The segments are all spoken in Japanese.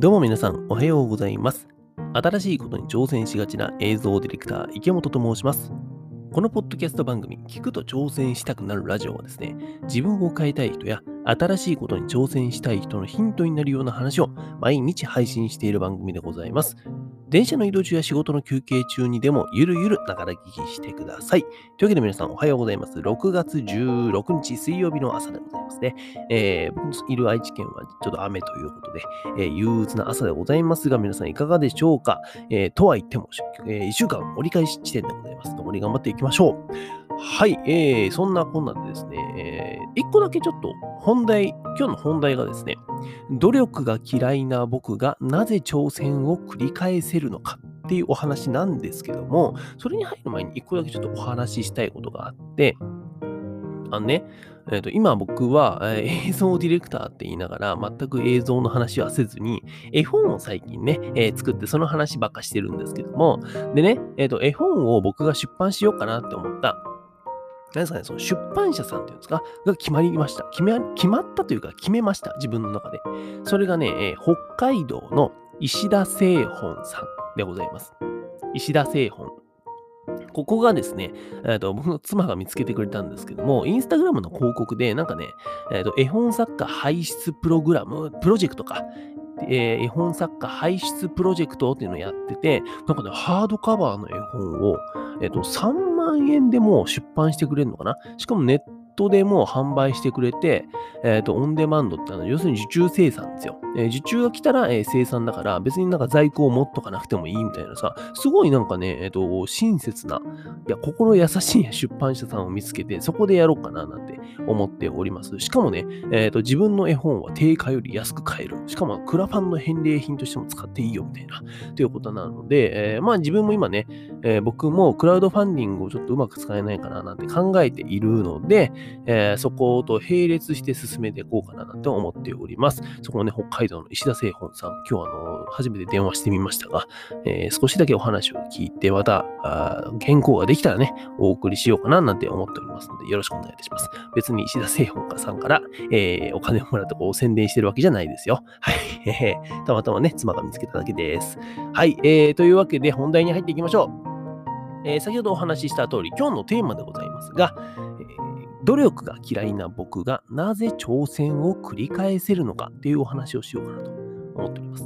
どうも皆さん、おはようございます。新しいことに挑戦しがちな映像ディレクター、池本と申します。このポッドキャスト番組、聞くと挑戦したくなるラジオはですね、自分を変えたい人や新しいことに挑戦したい人のヒントになるような話を毎日配信している番組でございます。電車の移動中や仕事の休憩中にでもゆるゆるながら聞きしてください。というわけで皆さんおはようございます。6月16日水曜日の朝でございますね。僕のいる愛知県はちょっと雨ということで、憂鬱な朝でございますが、皆さんいかがでしょうか。とは言っても、1週間折り返し地点でございます。残り頑張っていきましょう。はい、そんなこんなでですね、一個だけちょっと今日の本題がですね、努力が嫌いな僕がなぜ挑戦を繰り返せるのかっていうお話なんですけども、それに入る前に一個だけちょっとお話ししたいことがあって、あのね、今僕は、映像ディレクターって言いながら、全く映像の話はせずに、絵本を最近ね、作ってその話ばっかしてるんですけども、でね、絵本を僕が出版しようかなって思った、なんですかね、その出版社さんっていうんですか、が決まりました。決まったというか、決めました。自分の中で。それがね、北海道の石田製本さんでございます。石田製本。ここがですね、僕の妻が見つけてくれたんですけども、インスタグラムの広告で、なんかね、絵本作家輩出プロジェクトか、絵本作家輩出プロジェクトっていうのをやってて、なんかね、ハードカバーの絵本を、3万円でもう出版してくれるのかな。しかもネットでも販売してくれて、オンデマンドって要するに受注生産ですよ。受注が来たら、生産だから、別になんか在庫を持っとかなくてもいいみたいなさ、すごいなんかね、親切な、いや、心優しい出版社さんを見つけて、そこでやろうかななんて思っております。しかもね、自分の絵本は定価より安く買える。しかも、クラファンの返礼品としても使っていいよみたいな、ということなので、まあ自分も今ね、僕もクラウドファンディングをちょっとうまく使えないかななんて考えているので、そこと並列して進めていこうかななんて思っております。そこのね、北海道の石田製本さん、今日初めて電話してみましたが、少しだけお話を聞いて、また、原稿ができたらね、お送りしようかななんて思っておりますので、よろしくお願いいたします。別に石田製本家さんから、お金をもらってこう宣伝してるわけじゃないですよ。はい。たまたまね、妻が見つけただけです。はい。というわけで本題に入っていきましょう。先ほどお話しした通り、今日のテーマでございますが、努力が嫌いな僕がなぜ挑戦を繰り返せるのかっていうお話をしようかなと思っております。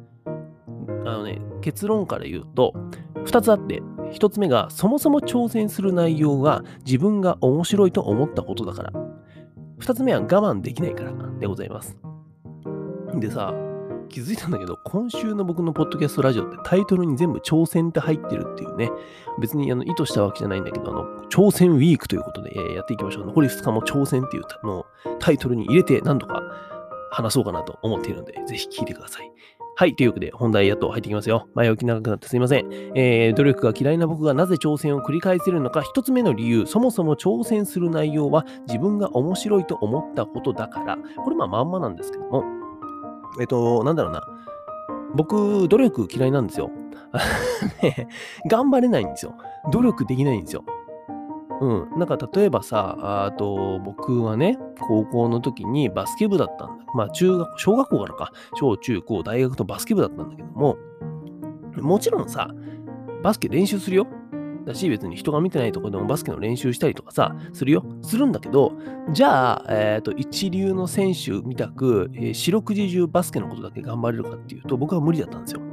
結論から言うと、2つあって、1つ目がそもそも挑戦する内容が自分が面白いと思ったことだから。2つ目は我慢できないからでございます。でさ、気づいたんだけど、今週の僕のポッドキャストラジオってタイトルに全部挑戦って入ってるっていうね、別に意図したわけじゃないんだけど、挑戦ウィークということで、やっていきましょう。残り2日も挑戦っていうのをタイトルに入れて何とか話そうかなと思っているので、ぜひ聞いてください。はい。というわけで、本題やっと入っていきますよ。前置き長くなってすいません。努力が嫌いな僕がなぜ挑戦を繰り返せるのか、一つ目の理由、そもそも挑戦する内容は自分が面白いと思ったことだから、これまんまなんですけども、なんだろうな。僕、努力嫌いなんですよ。ね、頑張れないんですよ。努力できないんですよ。なんか例えばさ、僕はね、高校の時にバスケ部だったんだ。まあ小学校からか、小中高大学とバスケ部だったんだけども、もちろんさ、バスケ練習するよ。だし、別に人が見てないところでもバスケの練習したりとかさ、するよ。するんだけど、じゃあ、一流の選手みたく、四六時中バスケのことだけ頑張れるかっていうと、僕は無理だったんですよ。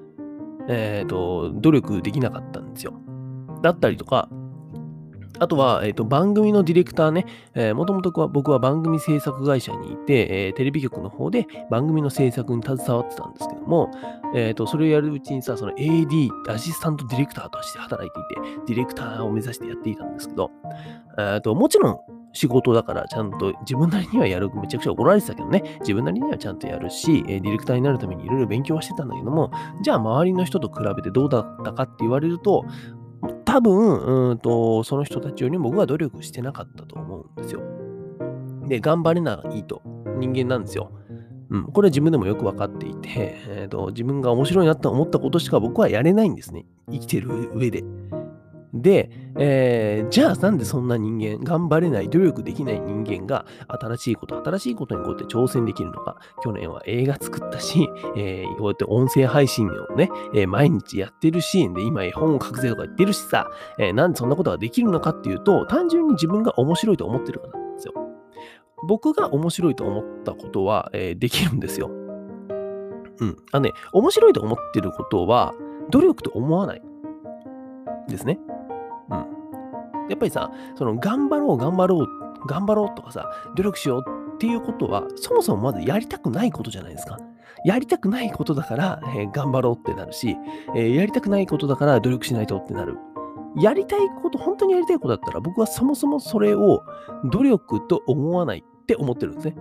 努力できなかったんですよ。だったりとか、あとは、番組のディレクターね、もともと僕は番組制作会社にいて、テレビ局の方で番組の制作に携わってたんですけども、それをやるうちにさ、その AD、アシスタントディレクターとして働いていて、ディレクターを目指してやっていたんですけど、もちろん仕事だからちゃんと自分なりにはやる、めちゃくちゃ怒られてたけどね、自分なりにはちゃんとやるし、ディレクターになるためにいろいろ勉強はしてたんだけども、じゃあ周りの人と比べてどうだったかって言われると、多分、その人たちよりも僕は努力してなかったと思うんですよ。で、頑張れないと人間なんですよ。これは自分でもよく分かっていて、自分が面白いなと思ったことしか僕はやれないんですね。生きてる上で。 で、じゃあなんでそんな人間、頑張れない、努力できない人間が新しいことにこうやって挑戦できるのか。去年は映画作ったし、こうやって音声配信をね、毎日やってるし、で、今絵本を書くぜとか言ってるしさ、なんでそんなことができるのかっていうと、単純に自分が面白いと思ってるからなんですよ。僕が面白いと思ったことは、できるんですよ。面白いと思ってることは、努力と思わないですね。うん。やっぱりさ、頑張ろうとかさ、努力しようっていうことは、そもそもまずやりたくないことじゃないですか。やりたくないことだから、頑張ろうってなるし、やりたくないことだから努力しないとってなる。やりたいこと、本当にやりたいことだったら、僕はそもそもそれを努力と思わないって思ってるんですね。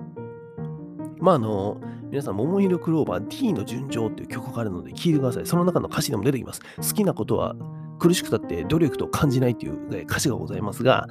皆さん、桃色クローバー D の純情っていう曲があるので聞いてください。その中の歌詞でも出てきます。好きなことは苦しくたって努力と感じないっていう歌詞がございますが、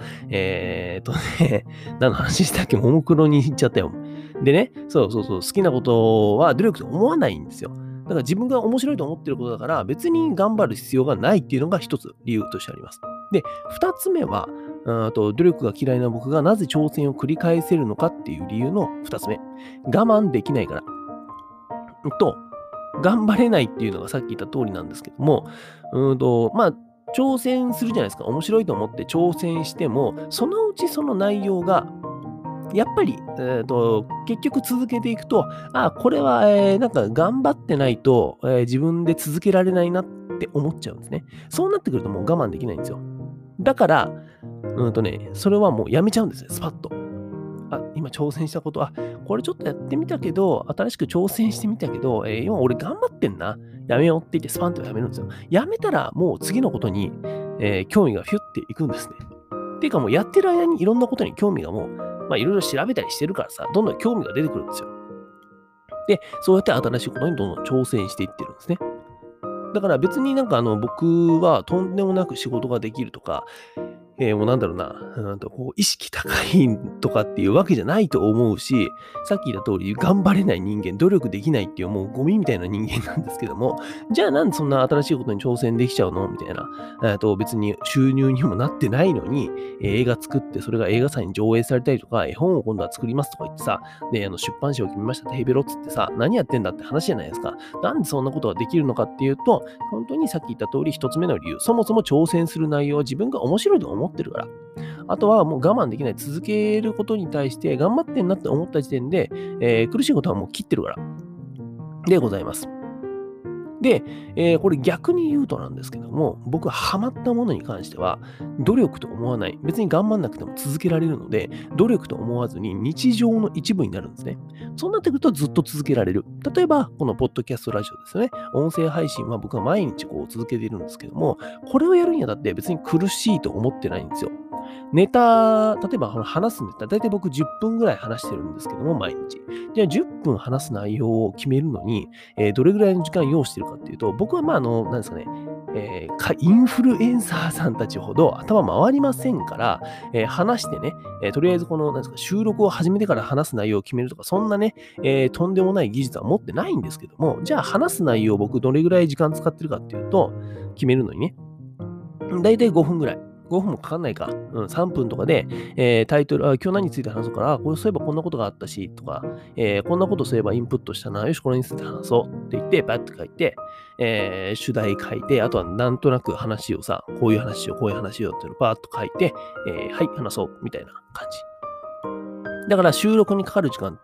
何の話したっけ、ももクロに行っちゃったよ。でね、好きなことは努力と思わないんですよ。だから自分が面白いと思ってることだから、別に頑張る必要がないっていうのが一つ理由としてあります。で、二つ目は、努力が嫌いな僕がなぜ挑戦を繰り返せるのかっていう理由の二つ目。我慢できないから。と、頑張れないっていうのがさっき言った通りなんですけども、挑戦するじゃないですか。面白いと思って挑戦しても、そのうちその内容が、やっぱり、結局続けていくと、これは、なんか頑張ってないと、自分で続けられないなって思っちゃうんですね。そうなってくるともう我慢できないんですよ。だから、それはもうやめちゃうんですね、スパッと。今挑戦したこと、これちょっとやってみたけど、新しく挑戦してみたけど、今俺頑張ってんな。やめようって言ってスパンとやめるんですよ。やめたらもう次のことに、興味がフュッていくんですね。っていうかもうやってる間にいろんなことに興味がもう、いろいろ調べたりしてるからさ、どんどん興味が出てくるんですよ。で、そうやって新しいことにどんどん挑戦していってるんですね。だから別になんか僕はとんでもなく仕事ができるとか、もうなんだろうな、こう意識高いとかっていうわけじゃないと思うし、さっき言った通り、頑張れない人間、努力できないっていうもうゴミみたいな人間なんですけども、じゃあなんでそんな新しいことに挑戦できちゃうのみたいな。別に収入にもなってないのに、映画作って、それが映画祭に上映されたりとか、絵本を今度は作りますとか言ってさ、で、出版社を決めましたってヘベロっつってさ、何やってんだって話じゃないですか。なんでそんなことができるのかっていうと、本当にさっき言った通り一つ目の理由、そもそも挑戦する内容は自分が面白いと思ってるから。あとはもう我慢できない、続けることに対して頑張ってんなって思った時点で、苦しいことはもう切ってるからでございます。で、これ逆に言うとなんですけども、僕はハマったものに関しては、努力と思わない。別に頑張んなくても続けられるので、努力と思わずに日常の一部になるんですね。そうなってくるとずっと続けられる。例えば、このポッドキャストラジオですよね。音声配信は僕は毎日こう続けているんですけども、これをやるにあたって別に苦しいと思ってないんですよ。例えば話すネタ、だいたい僕10分ぐらい話してるんですけども、毎日。じゃあ10分話す内容を決めるのに、どれぐらいの時間要してるかっていうと、僕はなんですかね、インフルエンサーさんたちほど頭回りませんから、話してね、とりあえずなんですか、収録を始めてから話す内容を決めるとか、そんなね、とんでもない技術は持ってないんですけども、じゃあ話す内容を僕どれぐらい時間使ってるかっていうと、決めるのにね、だいたい5分ぐらい。5分もかかんないか。3分とかで、タイトル、今日何について話そうかな。これそういえばこんなことがあったし、とか、こんなことそういえばインプットしたな。よし、これについて話そうって言って、バッて書いて、主題書いて、あとはなんとなく話をさ、こういう話を、こういう話をっていうのをバーッと書いて、はい、話そう、みたいな感じ。だから収録にかかる時間って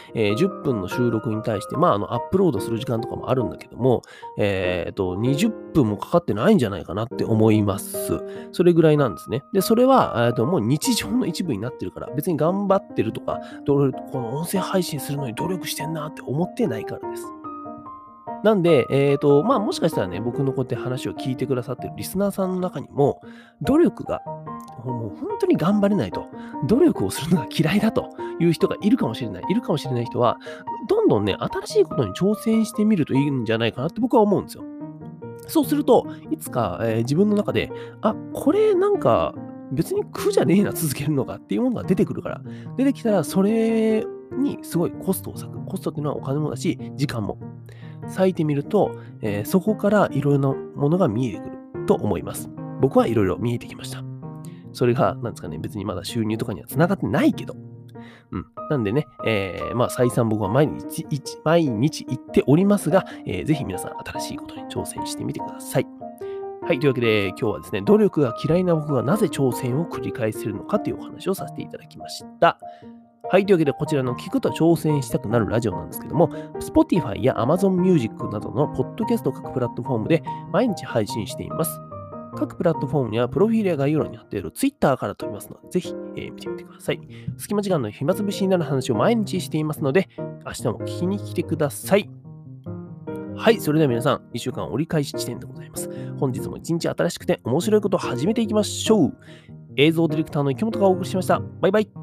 、10分の収録に対して、アップロードする時間とかもあるんだけども、20分もかかってないんじゃないかなって思います。それぐらいなんですね。で、それは、もう日常の一部になってるから、別に頑張ってるとか、この音声配信するのに努力してんなって思ってないからです。なんで、もしかしたらね、僕のこうやって話を聞いてくださってるリスナーさんの中にも、努力が、もう本当に頑張れないと、努力をするのが嫌いだという人がいるかもしれない。いるかもしれない人は、どんどんね、新しいことに挑戦してみるといいんじゃないかなって僕は思うんですよ。そうすると、いつか、自分の中で、これなんか別に苦じゃねえな、続けるのがっていうものが出てくるから。出てきたら、それにすごいコストを割く。コストっていうのはお金もだし、時間も。割いてみると、そこからいろいろなものが見えてくると思います。 僕はいろいろ見えてきました。それが、なんですかね、別にまだ収入とかにはつながってないけど、なんでね、再三僕は毎日言っておりますが、ぜひ皆さん新しいことに挑戦してみてください。はい、というわけで今日はですね、努力が嫌いな僕がなぜ挑戦を繰り返せるのかというお話をさせていただきました。はい、というわけでこちらの聞くと挑戦したくなるラジオなんですけども、Spotify や Amazon Music などのポッドキャスト各プラットフォームで毎日配信しています。各プラットフォームにはプロフィールや概要欄に貼っている Twitter から飛びますので、ぜひ、見てみてください。隙間時間の暇つぶしになる話を毎日していますので、明日も聞きに来てください。はい、それでは皆さん、1週間折り返し地点でございます。本日も一日新しくて面白いことを始めていきましょう。映像ディレクターの池本がお送りしました。バイバイ。